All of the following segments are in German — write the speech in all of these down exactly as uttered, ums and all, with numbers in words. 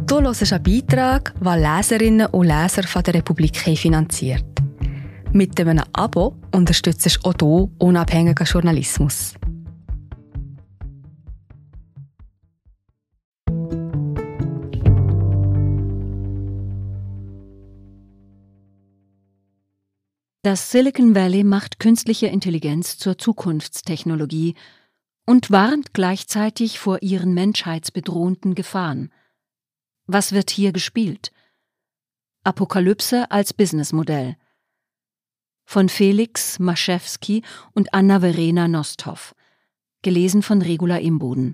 Du hörst einen Beitrag, den Leserinnen und Leser von der Republik finanziert. Mit einem Abo unterstützt du auch du unabhängigen Journalismus. Das Silicon Valley macht künstliche Intelligenz zur Zukunftstechnologie und warnt gleichzeitig vor ihren menschheitsbedrohenden Gefahren. Was wird hier gespielt? Apokalypse als Businessmodell. Von Felix Maschewski und Anna-Verena Nosthoff. Gelesen von Regula Imboden.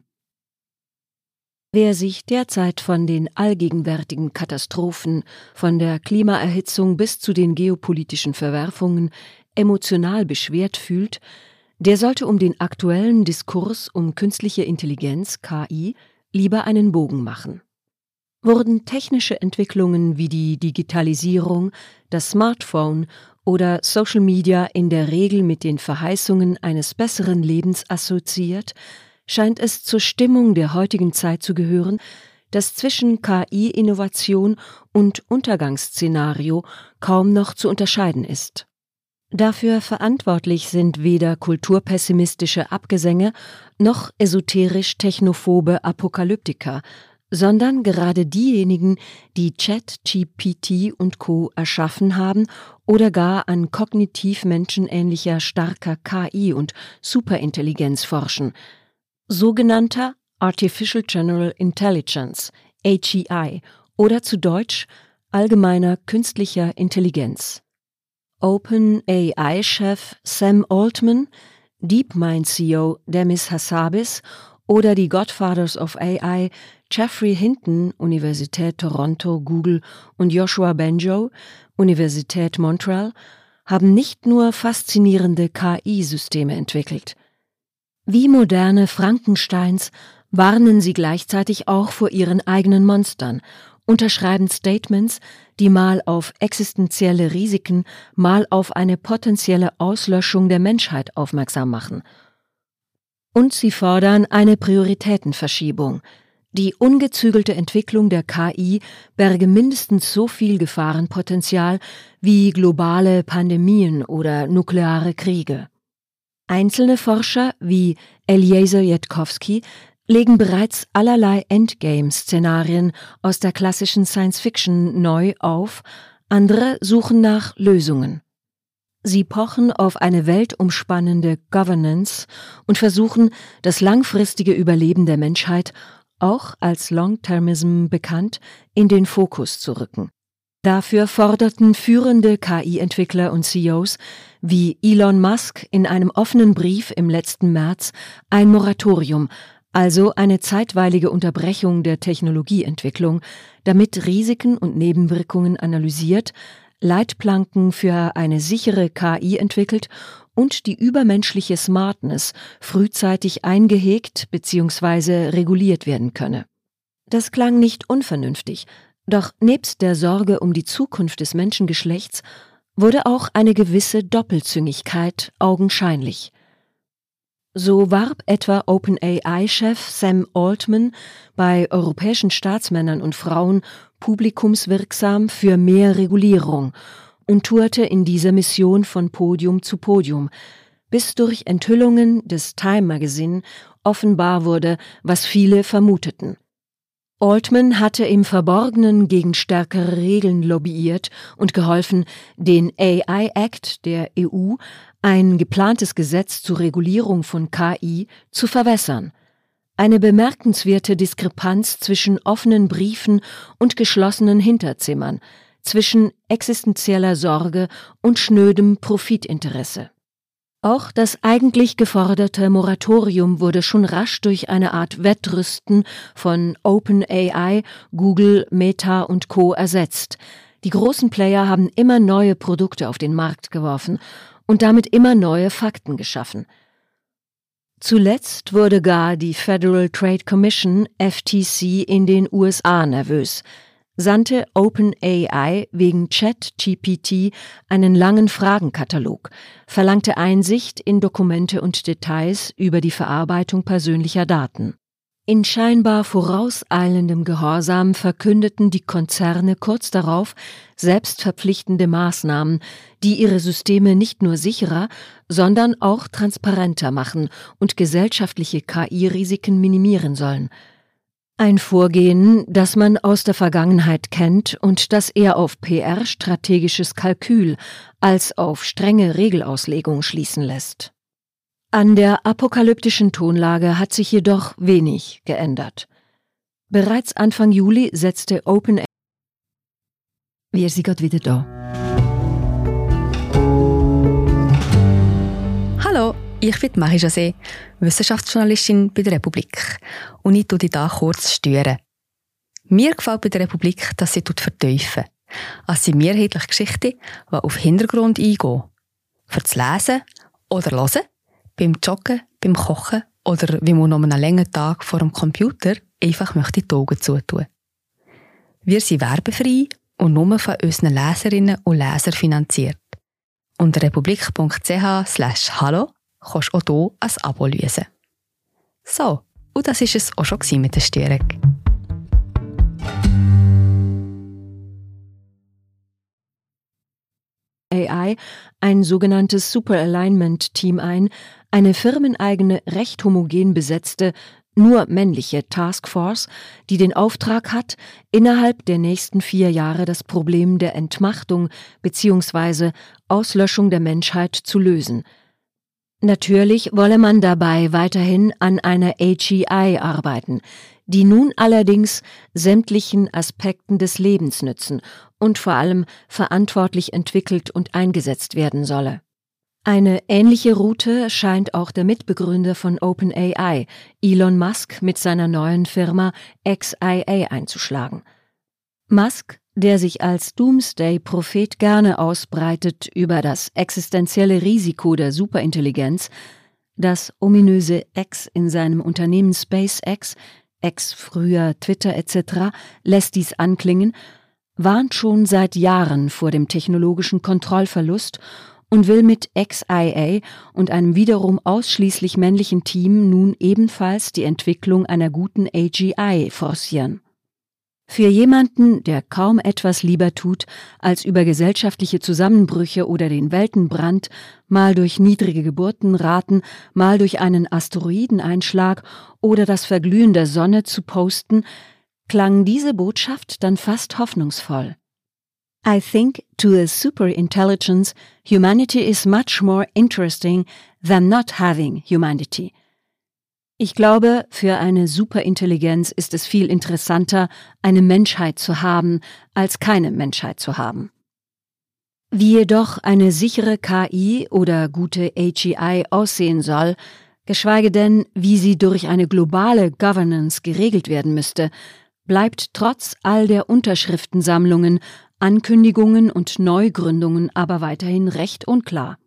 Wer sich derzeit von den allgegenwärtigen Katastrophen, von der Klimaerhitzung bis zu den geopolitischen Verwerfungen emotional beschwert fühlt, der sollte um den aktuellen Diskurs um künstliche Intelligenz, K I, lieber einen Bogen machen. Wurden technische Entwicklungen wie die Digitalisierung, das Smartphone oder Social Media in der Regel mit den Verheißungen eines besseren Lebens assoziiert, scheint es zur Stimmung der heutigen Zeit zu gehören, dass zwischen K I-Innovation und Untergangsszenario kaum noch zu unterscheiden ist. Dafür verantwortlich sind weder kulturpessimistische Abgesänge noch esoterisch-technophobe Apokalyptiker, sondern gerade diejenigen, die ChatGPT und Co. erschaffen haben oder gar an kognitiv menschenähnlicher starker K I und Superintelligenz forschen, sogenannter Artificial General Intelligence, A G I, oder zu Deutsch allgemeiner künstlicher Intelligenz. OpenAI-Chef Sam Altman, DeepMind-C E O Demis Hassabis oder die Godfathers of A I Geoffrey Hinton, Universität Toronto, Google, und Joshua Bengio, Universität Montreal, haben nicht nur faszinierende K I-Systeme entwickelt. Wie moderne Frankensteins warnen sie gleichzeitig auch vor ihren eigenen Monstern, unterschreiben Statements, die mal auf existenzielle Risiken, mal auf eine potenzielle Auslöschung der Menschheit aufmerksam machen. Und sie fordern eine Prioritätenverschiebung. Die ungezügelte Entwicklung der K I berge mindestens so viel Gefahrenpotenzial wie globale Pandemien oder nukleare Kriege. Einzelne Forscher wie Eliezer Yudkowsky legen bereits allerlei Endgame-Szenarien aus der klassischen Science-Fiction neu auf, andere suchen nach Lösungen. Sie pochen auf eine weltumspannende Governance und versuchen, das langfristige Überleben der Menschheit, auch als Long-Termism bekannt, in den Fokus zu rücken. Dafür forderten führende K I-Entwickler und C E Os wie Elon Musk in einem offenen Brief im letzten März ein Moratorium, also eine zeitweilige Unterbrechung der Technologieentwicklung, damit Risiken und Nebenwirkungen analysiert, Leitplanken für eine sichere K I entwickelt und die übermenschliche Smartness frühzeitig eingehegt bzw. reguliert werden könne. Das klang nicht unvernünftig, doch nebst der Sorge um die Zukunft des Menschengeschlechts wurde auch eine gewisse Doppelzüngigkeit augenscheinlich. So warb etwa OpenAI-Chef Sam Altman bei europäischen Staatsmännern und Frauen publikumswirksam für mehr Regulierung und tourte in dieser Mission von Podium zu Podium, bis durch Enthüllungen des Time Magazine offenbar wurde, was viele vermuteten. Altman hatte im Verborgenen gegen stärkere Regeln lobbyiert und geholfen, den A I Act der E U, ein geplantes Gesetz zur Regulierung von K I, zu verwässern. Eine bemerkenswerte Diskrepanz zwischen offenen Briefen und geschlossenen Hinterzimmern, zwischen existenzieller Sorge und schnödem Profitinteresse. Auch das eigentlich geforderte Moratorium wurde schon rasch durch eine Art Wettrüsten von OpenAI, Google, Meta und Co. ersetzt. Die großen Player haben immer neue Produkte auf den Markt geworfen und damit immer neue Fakten geschaffen. Zuletzt wurde gar die Federal Trade Commission, F T C, in den U S A nervös, sandte OpenAI wegen ChatGPT einen langen Fragenkatalog, verlangte Einsicht in Dokumente und Details über die Verarbeitung persönlicher Daten. In scheinbar vorauseilendem Gehorsam verkündeten die Konzerne kurz darauf selbstverpflichtende Maßnahmen, die ihre Systeme nicht nur sicherer, sondern auch transparenter machen und gesellschaftliche K I-Risiken minimieren sollen. Ein Vorgehen, das man aus der Vergangenheit kennt und das eher auf P R-strategisches Kalkül als auf strenge Regelauslegung schließen lässt. An der apokalyptischen Tonlage hat sich jedoch wenig geändert. Bereits Anfang Juli setzte OpenAI. Wir sind gerade wieder da. Hallo, ich bin Marie-José, Wissenschaftsjournalistin bei der Republik. Und ich tue dich hier kurz steuern. Mir gefällt bei der Republik, dass sie vertiefen. Es sind mehrheitliche Geschichten, die auf Hintergrund eingehen. Für das Lesen oder Hören, beim Joggen, beim Kochen oder wie man noch einen langen Tag vor dem Computer einfach möchte die Augen zutun. Wir sind werbefrei und nur von unseren Leserinnen und Lesern finanziert. Unter republik punkt c h slash hallo kannst du auch hier ein Abo lösen. So, und das war es auch schon mit der Störung. A I ein sogenanntes Super Alignment Team ein, eine firmeneigene, recht homogen besetzte, nur männliche Taskforce, die den Auftrag hat, innerhalb der nächsten vier Jahre das Problem der Entmachtung bzw. Auslöschung der Menschheit zu lösen. Natürlich wolle man dabei weiterhin an einer A G I arbeiten, die nun allerdings sämtlichen Aspekten des Lebens nützen und vor allem verantwortlich entwickelt und eingesetzt werden solle. Eine ähnliche Route scheint auch der Mitbegründer von OpenAI, Elon Musk, mit seiner neuen Firma X I A einzuschlagen. Musk, der sich als Doomsday-Prophet gerne ausbreitet über das existenzielle Risiko der Superintelligenz, das ominöse X in seinem Unternehmen SpaceX, X früher Twitter et cetera, lässt dies anklingen, warnt schon seit Jahren vor dem technologischen Kontrollverlust und will mit X I A und einem wiederum ausschließlich männlichen Team nun ebenfalls die Entwicklung einer guten A G I forcieren. Für jemanden, der kaum etwas lieber tut, als über gesellschaftliche Zusammenbrüche oder den Weltenbrand, mal durch niedrige Geburtenraten, mal durch einen Asteroideneinschlag oder das Verglühen der Sonne zu posten, klang diese Botschaft dann fast hoffnungsvoll. I think to a superintelligence, humanity is much more interesting than not having humanity. Ich glaube, für eine Superintelligenz ist es viel interessanter, eine Menschheit zu haben, als keine Menschheit zu haben. Wie jedoch eine sichere K I oder gute A G I aussehen soll, geschweige denn, wie sie durch eine globale Governance geregelt werden müsste, bleibt trotz all der Unterschriftensammlungen, Ankündigungen und Neugründungen aber weiterhin recht unklar.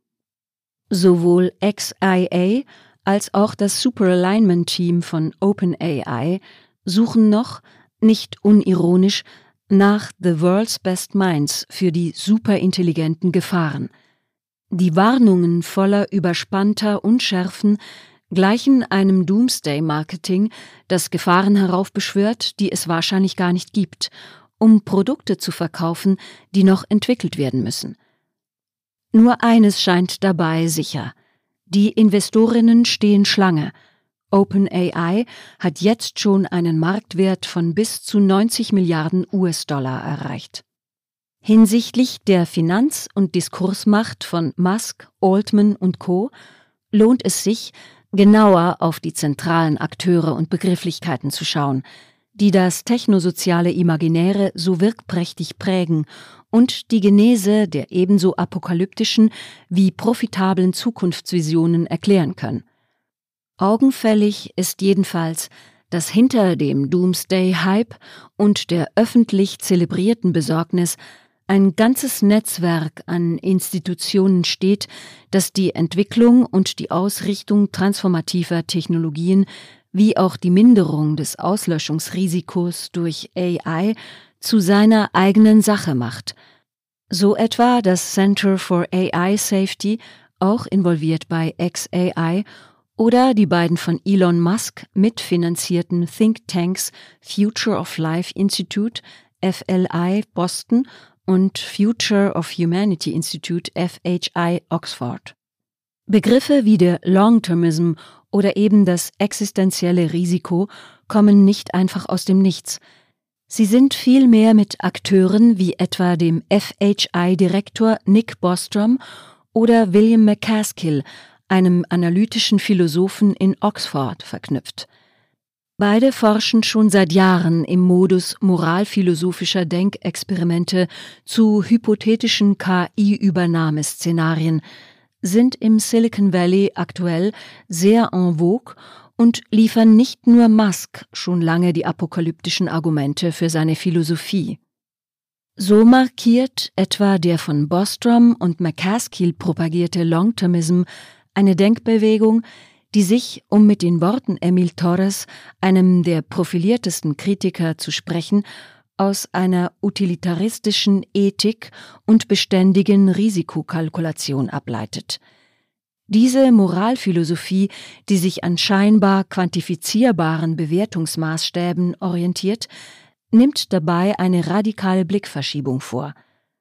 Sowohl X I A als auch das Super Alignment Team von OpenAI suchen noch, nicht unironisch, nach The World's Best Minds für die superintelligenten Gefahren. Die Warnungen voller überspannter Unschärfen gleichen einem Doomsday-Marketing, das Gefahren heraufbeschwört, die es wahrscheinlich gar nicht gibt, um Produkte zu verkaufen, die noch entwickelt werden müssen. Nur eines scheint dabei sicher: Die Investorinnen stehen Schlange. OpenAI hat jetzt schon einen Marktwert von bis zu neunzig Milliarden U S-Dollar erreicht. Hinsichtlich der Finanz- und Diskursmacht von Musk, Altman und Co. lohnt es sich, genauer auf die zentralen Akteure und Begrifflichkeiten zu schauen, die das technosoziale Imaginäre so wirkprächtig prägen und die Genese der ebenso apokalyptischen wie profitablen Zukunftsvisionen erklären können. Augenfällig ist jedenfalls, dass hinter dem Doomsday-Hype und der öffentlich zelebrierten Besorgnis ein ganzes Netzwerk an Institutionen steht, das die Entwicklung und die Ausrichtung transformativer Technologien wie auch die Minderung des Auslöschungsrisikos durch A I zu seiner eigenen Sache macht. So etwa das Center for A I Safety, auch involviert bei X A I, Oder die beiden von Elon Musk mitfinanzierten Thinktanks Future of Life Institute, F L I Boston, und Future of Humanity Institute, F H I Oxford. Begriffe wie der Long-Termism oder eben das existenzielle Risiko kommen nicht einfach aus dem Nichts. Sie sind vielmehr mit Akteuren wie etwa dem F H I-Direktor Nick Bostrom oder William MacAskill, einem analytischen Philosophen in Oxford, verknüpft. Beide forschen schon seit Jahren im Modus moralphilosophischer Denkexperimente zu hypothetischen K I-Übernahmeszenarien, sind im Silicon Valley aktuell sehr en vogue und liefern nicht nur Musk schon lange die apokalyptischen Argumente für seine Philosophie. So markiert etwa der von Bostrom und MacAskill propagierte Long-Termism eine Denkbewegung, die sich, um mit den Worten Emil Torres, einem der profiliertesten Kritiker, zu sprechen, aus einer utilitaristischen Ethik und beständigen Risikokalkulation ableitet. Diese Moralphilosophie, die sich an scheinbar quantifizierbaren Bewertungsmaßstäben orientiert, nimmt dabei eine radikale Blickverschiebung vor.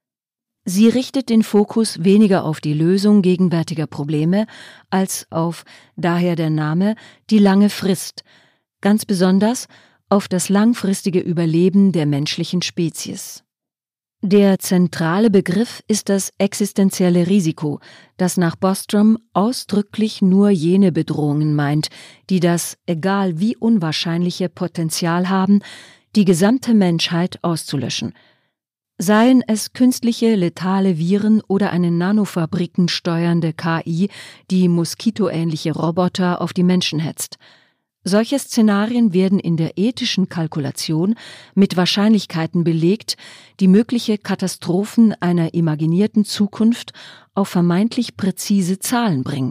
Sie richtet den Fokus weniger auf die Lösung gegenwärtiger Probleme als auf, daher der Name, die lange Frist, ganz besonders auf das langfristige Überleben der menschlichen Spezies. Der zentrale Begriff ist das existenzielle Risiko, das nach Bostrom ausdrücklich nur jene Bedrohungen meint, die das, egal wie unwahrscheinliche, Potenzial haben, die gesamte Menschheit auszulöschen. Seien es künstliche letale Viren oder eine Nanofabriken steuernde K I, die moskitoähnliche Roboter auf die Menschen hetzt. Solche Szenarien werden in der ethischen Kalkulation mit Wahrscheinlichkeiten belegt, die mögliche Katastrophen einer imaginierten Zukunft auf vermeintlich präzise Zahlen bringen.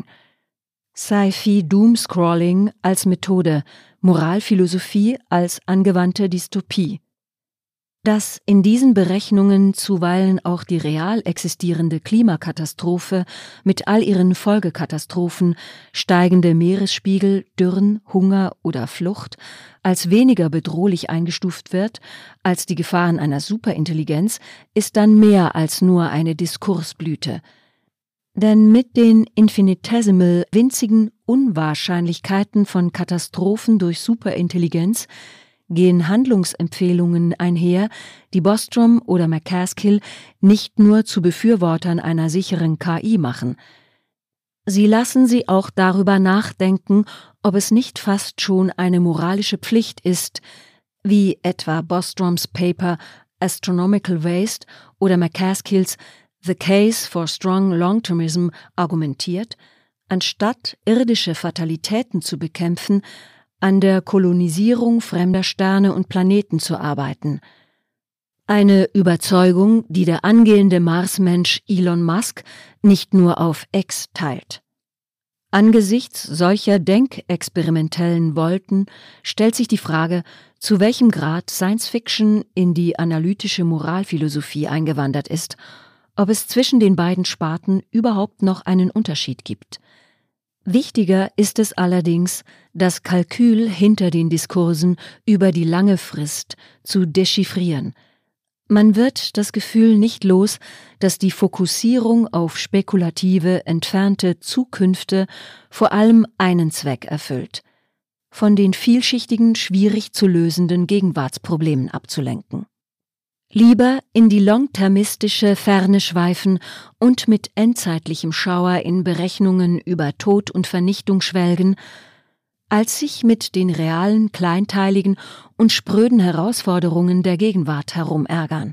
Sci-Fi-Doomscrolling als Methode, Moralphilosophie als angewandte Dystopie. Dass in diesen Berechnungen zuweilen auch die real existierende Klimakatastrophe mit all ihren Folgekatastrophen, steigende Meeresspiegel, Dürren, Hunger oder Flucht, als weniger bedrohlich eingestuft wird als die Gefahren einer Superintelligenz, ist dann mehr als nur eine Diskursblüte. Denn mit den infinitesimal winzigen Unwahrscheinlichkeiten von Katastrophen durch Superintelligenz gehen Handlungsempfehlungen einher, die Bostrom oder MacAskill nicht nur zu Befürwortern einer sicheren K I machen. Sie lassen sie auch darüber nachdenken, ob es nicht fast schon eine moralische Pflicht ist, wie etwa Bostroms Paper Astronomical Waste oder MacAskills The Case for Strong Long-Termism argumentiert, anstatt irdische Fatalitäten zu bekämpfen, an der Kolonisierung fremder Sterne und Planeten zu arbeiten. Eine Überzeugung, die der angehende Marsmensch Elon Musk nicht nur auf X teilt. Angesichts solcher denkexperimentellen Wolken stellt sich die Frage, zu welchem Grad Science Fiction in die analytische Moralphilosophie eingewandert ist, ob es zwischen den beiden Sparten überhaupt noch einen Unterschied gibt. Wichtiger ist es allerdings, das Kalkül hinter den Diskursen über die lange Frist zu dechiffrieren. Man wird das Gefühl nicht los, dass die Fokussierung auf spekulative, entfernte Zukünfte vor allem einen Zweck erfüllt: von den vielschichtigen, schwierig zu lösenden Gegenwartsproblemen abzulenken. Lieber in die longtermistische Ferne schweifen und mit endzeitlichem Schauer in Berechnungen über Tod und Vernichtung schwelgen, als sich mit den realen, kleinteiligen und spröden Herausforderungen der Gegenwart herumärgern.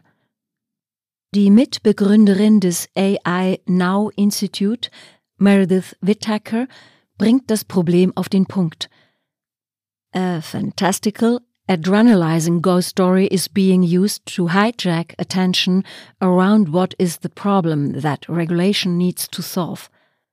Die Mitbegründerin des A I Now Institute, Meredith Whittaker, bringt das Problem auf den Punkt. A fantastical, adrenalizing ghost story is being used to hijack attention around what is the problem that regulation needs to solve.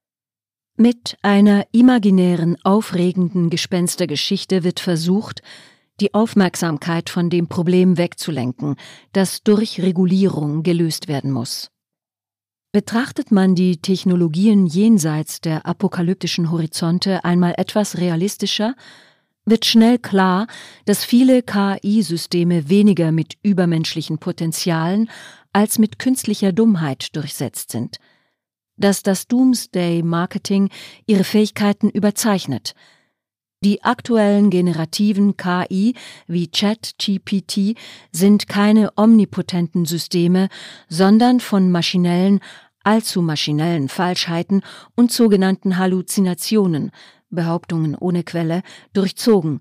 Mit einer imaginären, aufregenden Gespenstergeschichte wird versucht, die Aufmerksamkeit von dem Problem wegzulenken, das durch Regulierung gelöst werden muss. Betrachtet man die Technologien jenseits der apokalyptischen Horizonte einmal etwas realistischer, wird schnell klar, dass viele K I-Systeme weniger mit übermenschlichen Potenzialen als mit künstlicher Dummheit durchsetzt sind. Dass das Doomsday-Marketing ihre Fähigkeiten überzeichnet. Die aktuellen generativen K I wie ChatGPT sind keine omnipotenten Systeme, sondern von maschinellen, allzu maschinellen Falschheiten und sogenannten Halluzinationen, Behauptungen ohne Quelle, durchzogen.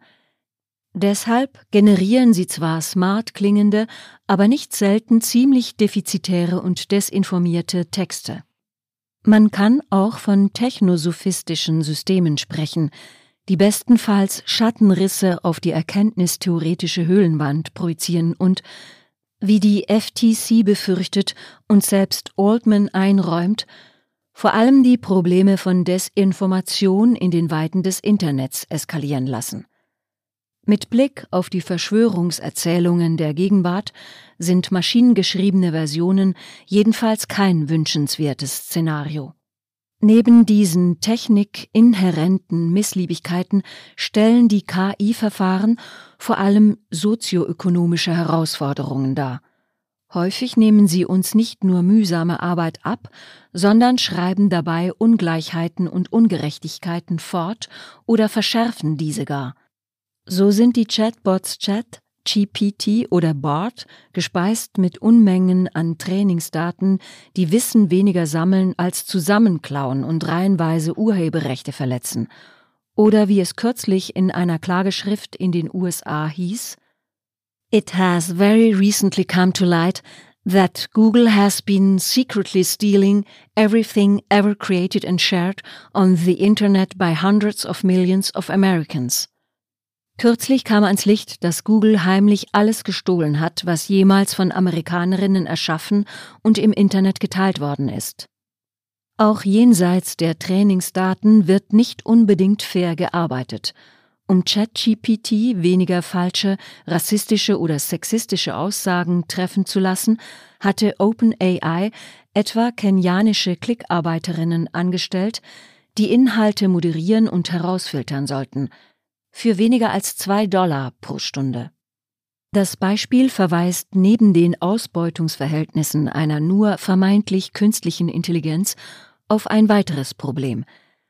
Deshalb generieren sie zwar smart klingende, aber nicht selten ziemlich defizitäre und desinformierte Texte. Man kann auch von technosophistischen Systemen sprechen, die bestenfalls Schattenrisse auf die erkenntnistheoretische Höhlenwand projizieren und, wie die F T C befürchtet und selbst Altman einräumt, vor allem die Probleme von Desinformation in den Weiten des Internets eskalieren lassen. Mit Blick auf die Verschwörungserzählungen der Gegenwart sind maschinengeschriebene Versionen jedenfalls kein wünschenswertes Szenario. Neben diesen technikinhärenten Missliebigkeiten stellen die K I-Verfahren vor allem sozioökonomische Herausforderungen dar. Häufig nehmen sie uns nicht nur mühsame Arbeit ab, sondern schreiben dabei Ungleichheiten und Ungerechtigkeiten fort oder verschärfen diese gar. So sind die Chatbots Chat, G P T oder Bard, gespeist mit Unmengen an Trainingsdaten, die Wissen weniger sammeln als zusammenklauen und reihenweise Urheberrechte verletzen. Oder wie es kürzlich in einer Klageschrift in den U S A hieß: It has very recently come to light that Google has been secretly stealing everything ever created and shared on the Internet by hundreds of millions of Americans. Kürzlich kam ans Licht, dass Google heimlich alles gestohlen hat, was jemals von Amerikanerinnen erschaffen und im Internet geteilt worden ist. Auch jenseits der Trainingsdaten wird nicht unbedingt fair gearbeitet. Um ChatGPT weniger falsche, rassistische oder sexistische Aussagen treffen zu lassen, hatte OpenAI etwa kenianische Klickarbeiterinnen angestellt, die Inhalte moderieren und herausfiltern sollten, für weniger als zwei Dollar pro Stunde. Das Beispiel verweist neben den Ausbeutungsverhältnissen einer nur vermeintlich künstlichen Intelligenz auf ein weiteres Problem: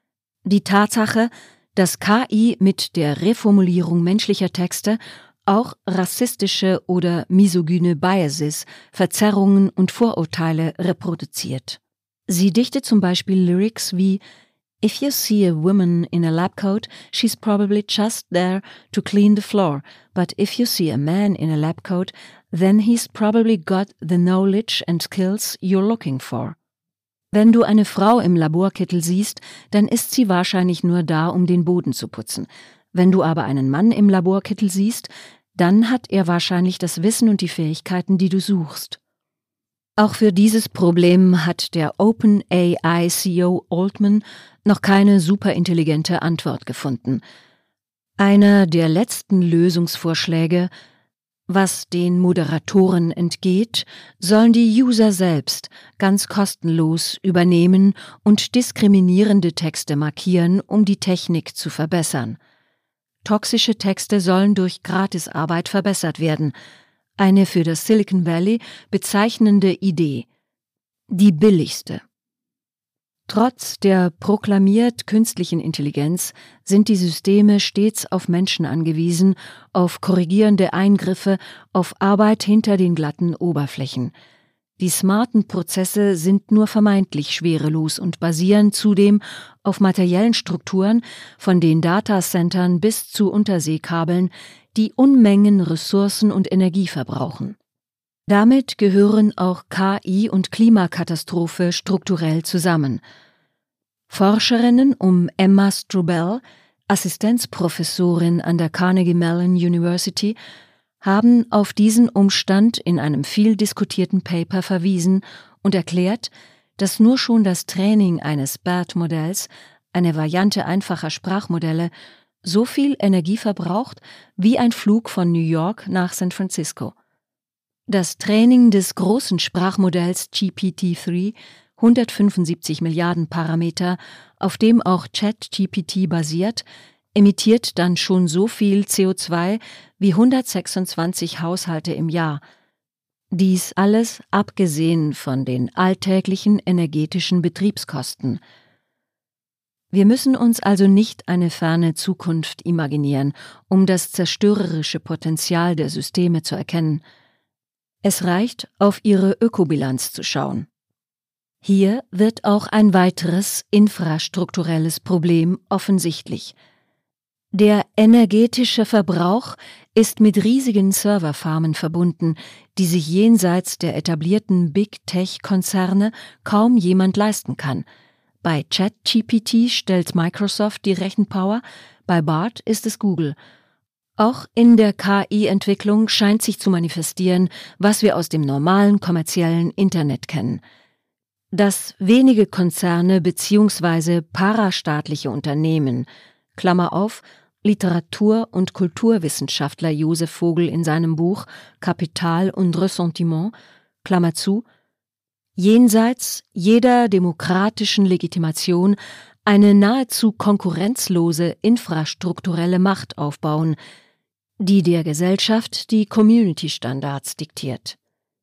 die Tatsache, dass K I mit der Reformulierung menschlicher Texte auch rassistische oder misogyne Biases, Verzerrungen und Vorurteile reproduziert. Sie dichtet zum Beispiel Lyrics wie If you see a woman in a lab coat, she's probably just there to clean the floor. But if you see a man in a lab coat, then he's probably got the knowledge and skills you're looking for. Wenn du eine Frau im Laborkittel siehst, dann ist sie wahrscheinlich nur da, um den Boden zu putzen. Wenn du aber einen Mann im Laborkittel siehst, dann hat er wahrscheinlich das Wissen und die Fähigkeiten, die du suchst. Auch für dieses Problem hat der OpenAI-C E O Altman noch keine superintelligente Antwort gefunden. Einer der letzten Lösungsvorschläge: Was den Moderatoren entgeht, sollen die User selbst ganz kostenlos übernehmen und diskriminierende Texte markieren, um die Technik zu verbessern. Toxische Texte sollen durch Gratisarbeit verbessert werden. Eine für das Silicon Valley bezeichnende Idee. Die billigste. Trotz der proklamiert künstlichen Intelligenz sind die Systeme stets auf Menschen angewiesen, auf korrigierende Eingriffe, auf Arbeit hinter den glatten Oberflächen. Die smarten Prozesse sind nur vermeintlich schwerelos und basieren zudem auf materiellen Strukturen, von den Datacentern bis zu Unterseekabeln, die Unmengen Ressourcen und Energie verbrauchen. Damit gehören auch K I und Klimakatastrophe strukturell zusammen. Forscherinnen um Emma Strobel, Assistenzprofessorin an der Carnegie Mellon University, haben auf diesen Umstand in einem viel diskutierten Paper verwiesen und erklärt, dass nur schon das Training eines B A T-Modells, eine Variante einfacher Sprachmodelle, so viel Energie verbraucht wie ein Flug von New York nach San Francisco. Das Training des großen Sprachmodells G P T drei hundertfünfundsiebzig Milliarden Parameter, auf dem auch ChatGPT basiert, emittiert dann schon so viel C O zwei wie hundertsechsundzwanzig Haushalte im Jahr. Dies alles abgesehen von den alltäglichen energetischen Betriebskosten. Wir müssen uns also nicht eine ferne Zukunft imaginieren, um das zerstörerische Potenzial der Systeme zu erkennen. Es reicht, auf ihre Ökobilanz zu schauen. Hier wird auch ein weiteres infrastrukturelles Problem offensichtlich. Der energetische Verbrauch ist mit riesigen Serverfarmen verbunden, die sich jenseits der etablierten Big-Tech-Konzerne kaum jemand leisten kann. Bei ChatGPT stellt Microsoft die Rechenpower, bei Bard ist es Google. Auch in der K I-Entwicklung scheint sich zu manifestieren, was wir aus dem normalen kommerziellen Internet kennen. Dass wenige Konzerne bzw. parastaatliche Unternehmen, Klammer auf, Literatur- und Kulturwissenschaftler Josef Vogel in seinem Buch Kapital und Ressentiment, Klammer zu, jenseits jeder demokratischen Legitimation eine nahezu konkurrenzlose infrastrukturelle Macht aufbauen, die der Gesellschaft die Community-Standards diktiert.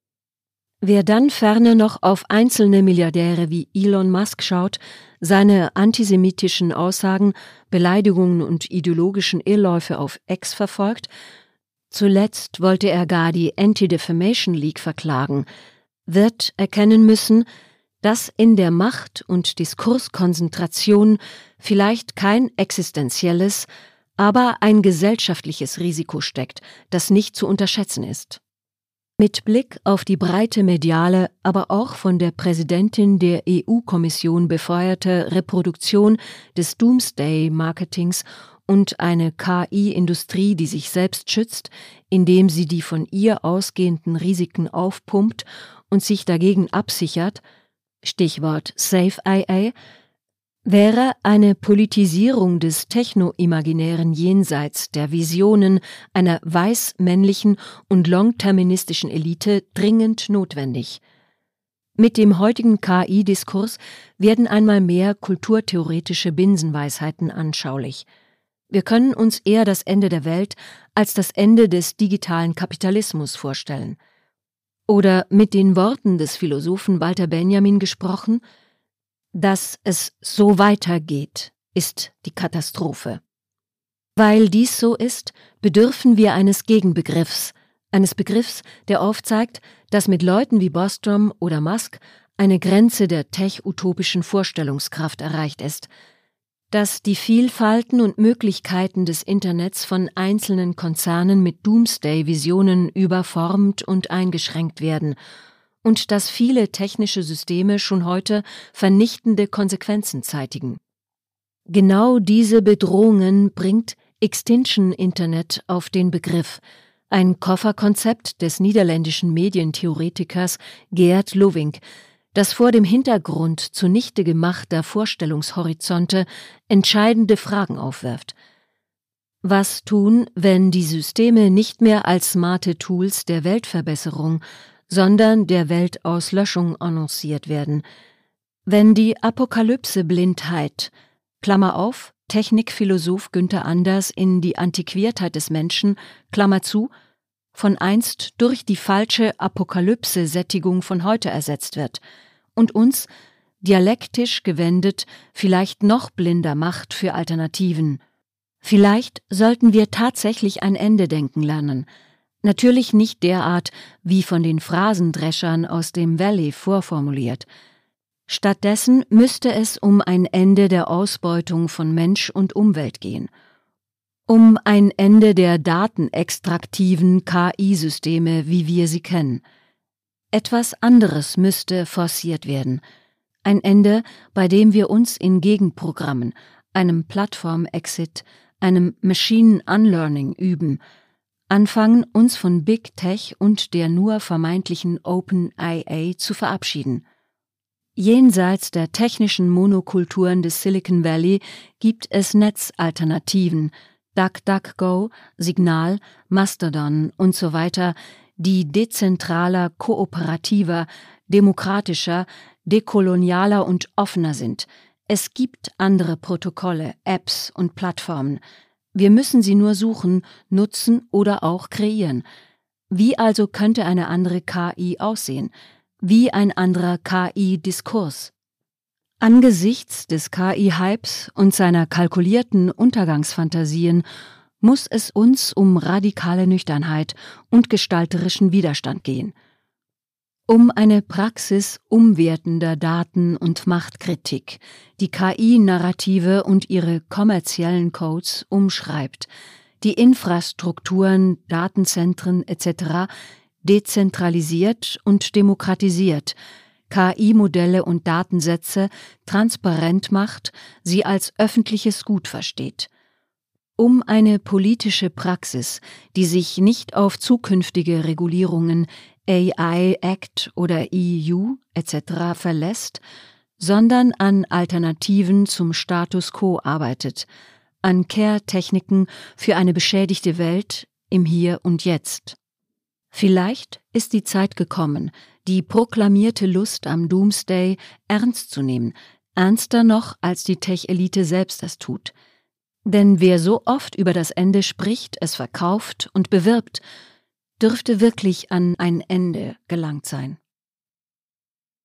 Wer dann ferner noch auf einzelne Milliardäre wie Elon Musk schaut, seine antisemitischen Aussagen, Beleidigungen und ideologischen Irrläufe auf X verfolgt, zuletzt wollte er gar die Anti-Defamation League verklagen, wird erkennen müssen, dass in der Macht- und Diskurskonzentration vielleicht kein existenzielles, aber ein gesellschaftliches Risiko steckt, das nicht zu unterschätzen ist. Mit Blick auf die breite mediale, aber auch von der Präsidentin der E U-Kommission befeuerte Reproduktion des Doomsday-Marketings und eine K I-Industrie, die sich selbst schützt, indem sie die von ihr ausgehenden Risiken aufpumpt und sich dagegen absichert, Stichwort Safe I A, wäre eine Politisierung des Techno-Imaginären jenseits der Visionen einer weiß-männlichen und longterministischen Elite dringend notwendig. Mit dem heutigen K I-Diskurs werden einmal mehr kulturtheoretische Binsenweisheiten anschaulich. Wir können uns eher das Ende der Welt als das Ende des digitalen Kapitalismus vorstellen. Oder mit den Worten des Philosophen Walter Benjamin gesprochen: Dass es so weitergeht, ist die Katastrophe. Weil dies so ist, bedürfen wir eines Gegenbegriffs, eines Begriffs, der aufzeigt, dass mit Leuten wie Bostrom oder Musk eine Grenze der tech-utopischen Vorstellungskraft erreicht ist, dass die Vielfalten und Möglichkeiten des Internets von einzelnen Konzernen mit Doomsday-Visionen überformt und eingeschränkt werden und dass viele technische Systeme schon heute vernichtende Konsequenzen zeitigen. Genau diese Bedrohungen bringt Extinction Internet auf den Begriff, ein Kofferkonzept des niederländischen Medientheoretikers Geert Lovink, das vor dem Hintergrund zunichte gemachter Vorstellungshorizonte entscheidende Fragen aufwirft. Was tun, wenn die Systeme nicht mehr als smarte Tools der Weltverbesserung, sondern der Weltauslöschung annonciert werden? Wenn die Apokalypse-Blindheit, Klammer auf, Technikphilosoph Günther Anders in Die Antiquiertheit des Menschen, Klammer zu, von einst durch die falsche Apokalypse-Sättigung von heute ersetzt wird und uns, dialektisch gewendet, vielleicht noch blinder macht für Alternativen. Vielleicht sollten wir tatsächlich ein Ende denken lernen. Natürlich nicht derart, wie von den Phrasendreschern aus dem Valley vorformuliert. Stattdessen müsste es um ein Ende der Ausbeutung von Mensch und Umwelt gehen. Um ein Ende der datenextraktiven K I-Systeme, wie wir sie kennen. Etwas anderes müsste forciert werden. Ein Ende, bei dem wir uns in Gegenprogrammen, einem Plattform-Exit, einem Machine Unlearning üben, anfangen, uns von Big Tech und der nur vermeintlichen Open I A zu verabschieden. Jenseits der technischen Monokulturen des Silicon Valley gibt es Netzalternativen, DuckDuckGo, Signal, Mastodon und so weiter, die dezentraler, kooperativer, demokratischer, dekolonialer und offener sind. Es gibt andere Protokolle, Apps und Plattformen. Wir müssen sie nur suchen, nutzen oder auch kreieren. Wie also könnte eine andere K I aussehen? Wie ein anderer K I-Diskurs? Angesichts des K I-Hypes und seiner kalkulierten Untergangsfantasien muss es uns um radikale Nüchternheit und gestalterischen Widerstand gehen. Um eine Praxis umwertender Daten- und Machtkritik, die K I-Narrative und ihre kommerziellen Codes umschreibt, die Infrastrukturen, Datenzentren et cetera dezentralisiert und demokratisiert, K I-Modelle und Datensätze transparent macht, sie als öffentliches Gut versteht. Um eine politische Praxis, die sich nicht auf zukünftige Regulierungen A I-Act oder E U et cetera verlässt, sondern an Alternativen zum Status quo arbeitet, an Care-Techniken für eine beschädigte Welt im Hier und Jetzt. Vielleicht ist die Zeit gekommen, die proklamierte Lust am Doomsday ernst zu nehmen, ernster noch, als die Tech-Elite selbst das tut. Denn wer so oft über das Ende spricht, es verkauft und bewirbt, dürfte wirklich an ein Ende gelangt sein.